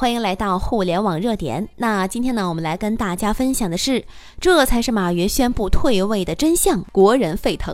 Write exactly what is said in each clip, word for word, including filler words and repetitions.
欢迎来到互联网热点。那今天呢，我们来跟大家分享的是，这才是马云宣布退位的真相，国人沸腾。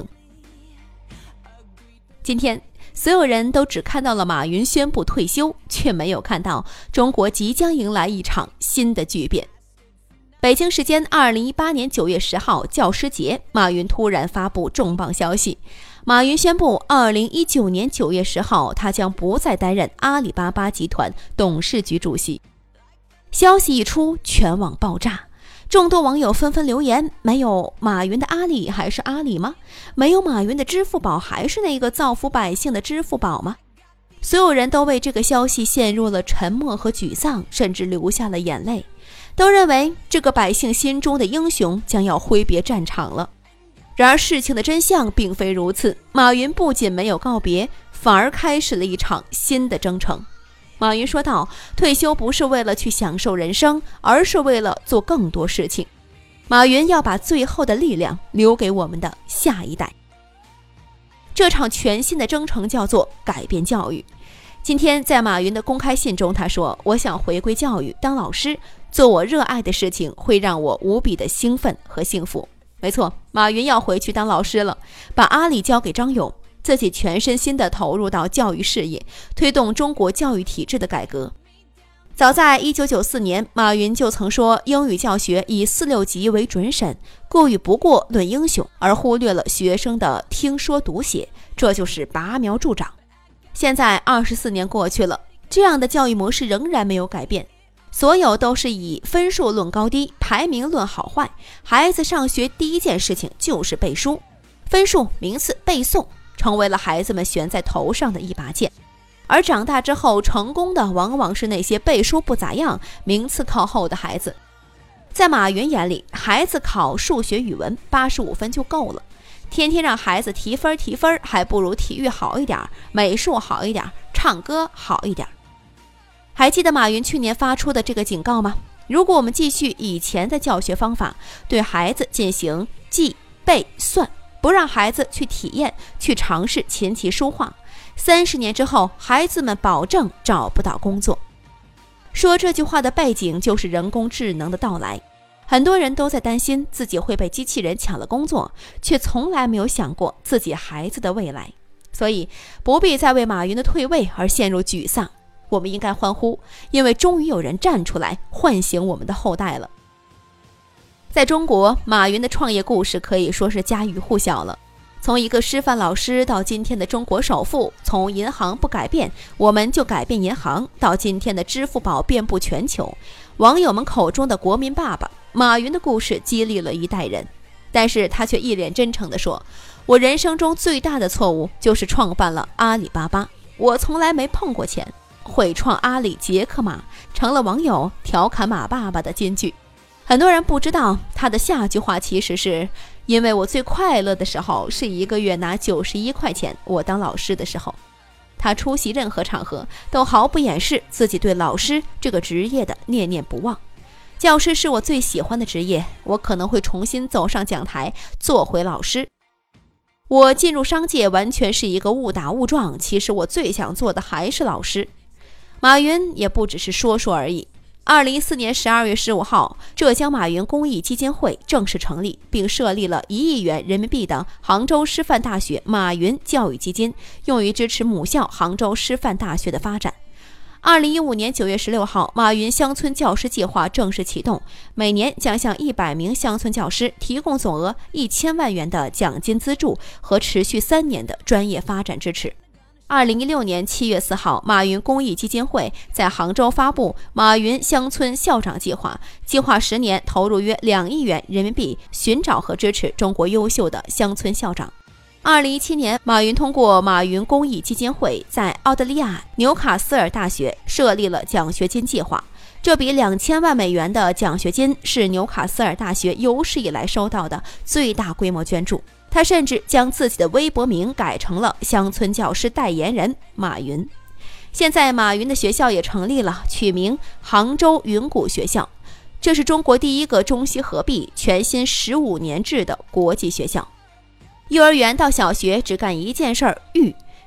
今天所有人都只看到了马云宣布退休，却没有看到中国即将迎来一场新的巨变。北京时间二零一八年九月十号教师节，马云突然发布重磅消息。马云宣布二零一九年九月十号他将不再担任阿里巴巴集团董事局主席。消息一出，全网爆炸，众多网友纷纷留言，没有马云的阿里还是阿里吗？没有马云的支付宝还是那个造福百姓的支付宝吗？所有人都为这个消息陷入了沉默和沮丧，甚至流下了眼泪，都认为这个百姓心中的英雄将要挥别战场了。然而事情的真相并非如此，马云不仅没有告别，反而开始了一场新的征程。马云说道，退休不是为了去享受人生，而是为了做更多事情。马云要把最后的力量留给我们的下一代。这场全新的征程叫做改变教育。今天在马云的公开信中，他说，我想回归教育，当老师，做我热爱的事情，会让我无比的兴奋和幸福。没错，马云要回去当老师了，把阿里交给张勇，自己全身心地投入到教育事业，推动中国教育体制的改革。早在一九九四年，马云就曾说，英语教学以四六级为准审，过与不过论英雄，而忽略了学生的听说读写，这就是拔苗助长。现在二十四年过去了，这样的教育模式仍然没有改变，所有都是以分数论高低，排名论好坏。孩子上学第一件事情就是背书，分数、名次、背诵成为了孩子们悬在头上的一把剑。而长大之后成功的往往是那些背书不咋样、名次靠后的孩子。在马云眼里，孩子考数学、语文八十五分就够了，天天让孩子提分提分，还不如体育好一点，美术好一点，唱歌好一点。还记得马云去年发出的这个警告吗？如果我们继续以前的教学方法，对孩子进行记、背、算，不让孩子去体验、去尝试琴棋书画，三十年之后，孩子们保证找不到工作。说这句话的背景就是人工智能的到来，很多人都在担心自己会被机器人抢了工作，却从来没有想过自己孩子的未来。所以不必再为马云的退位而陷入沮丧，我们应该欢呼，因为终于有人站出来唤醒我们的后代了。在中国，马云的创业故事可以说是家喻户晓了。从一个师范老师到今天的中国首富，从银行不改变我们就改变银行，到今天的支付宝遍布全球，网友们口中的国民爸爸，马云的故事激励了一代人。但是他却一脸真诚地说，我人生中最大的错误就是创办了阿里巴巴，我从来没碰过钱。毁创阿里杰克马成了网友调侃马爸爸的金句。很多人不知道他的下句话其实是，因为我最快乐的时候是一个月拿九十一块钱，我当老师的时候。他出席任何场合都毫不掩饰自己对老师这个职业的念念不忘。教师是我最喜欢的职业，我可能会重新走上讲台，做回老师。我进入商界完全是一个误打误撞，其实我最想做的还是老师。马云也不只是说说而已。二零一四年十二月十五号，浙江马云公益基金会正式成立，并设立了一亿元人民币的杭州师范大学马云教育基金，用于支持母校杭州师范大学的发展。二零一五年九月十六号，马云乡村教师计划正式启动，每年将向一百名乡村教师提供总额一千万元的奖金资助和持续三年的专业发展支持。二零一六年七月四号，马云公益基金会在杭州发布马云乡村校长计划，计划十年投入约两亿元人民币，寻找和支持中国优秀的乡村校长。二零一七年，马云通过马云公益基金会在澳大利亚纽卡斯尔大学设立了奖学金计划，这笔两千万美元的奖学金是纽卡斯尔大学有史以来收到的最大规模捐助。他甚至将自己的微博名改成了乡村教师代言人马云。现在马云的学校也成立了，取名杭州云谷学校，这是中国第一个中西合璧、全新十五年制的国际学校。幼儿园到小学只干一件事儿，育，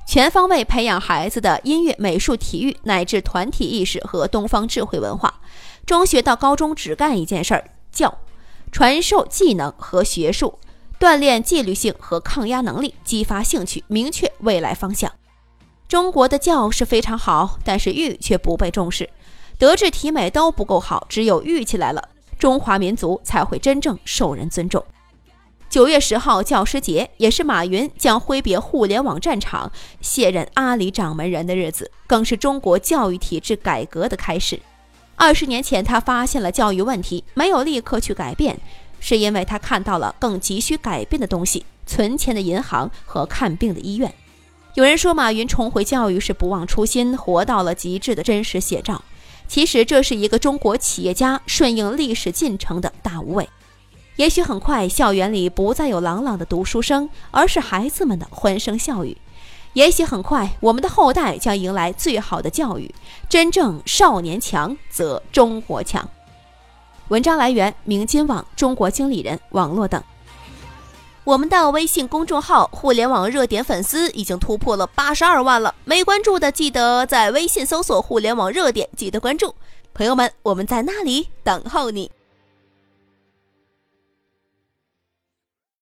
全方位培养孩子的音乐、美术、体育乃至团体意识和东方智慧文化。中学到高中只干一件事儿，教，传授技能和学术，锻炼纪律性和抗压能力，激发兴趣，明确未来方向。中国的教是非常好，但是育却不被重视，德智体美都不够好，只有育起来了，中华民族才会真正受人尊重。九月十号教师节，也是马云将挥别互联网战场，卸任阿里掌门人的日子，更是中国教育体制改革的开始。二十年前，他发现了教育问题，没有立刻去改变，是因为他看到了更急需改变的东西：存钱的银行和看病的医院。有人说马云重回教育是不忘初心，活到了极致的真实写照。其实这是一个中国企业家顺应历史进程的大无畏。也许很快校园里不再有朗朗的读书声，而是孩子们的欢声笑语。也许很快我们的后代将迎来最好的教育，真正少年强则中国强。文章来源明金网、中国经理人网络等。我们的微信公众号互联网热点粉丝已经突破了八十二万了，没关注的记得在微信搜索互联网热点，记得关注。朋友们，我们在那里等候你。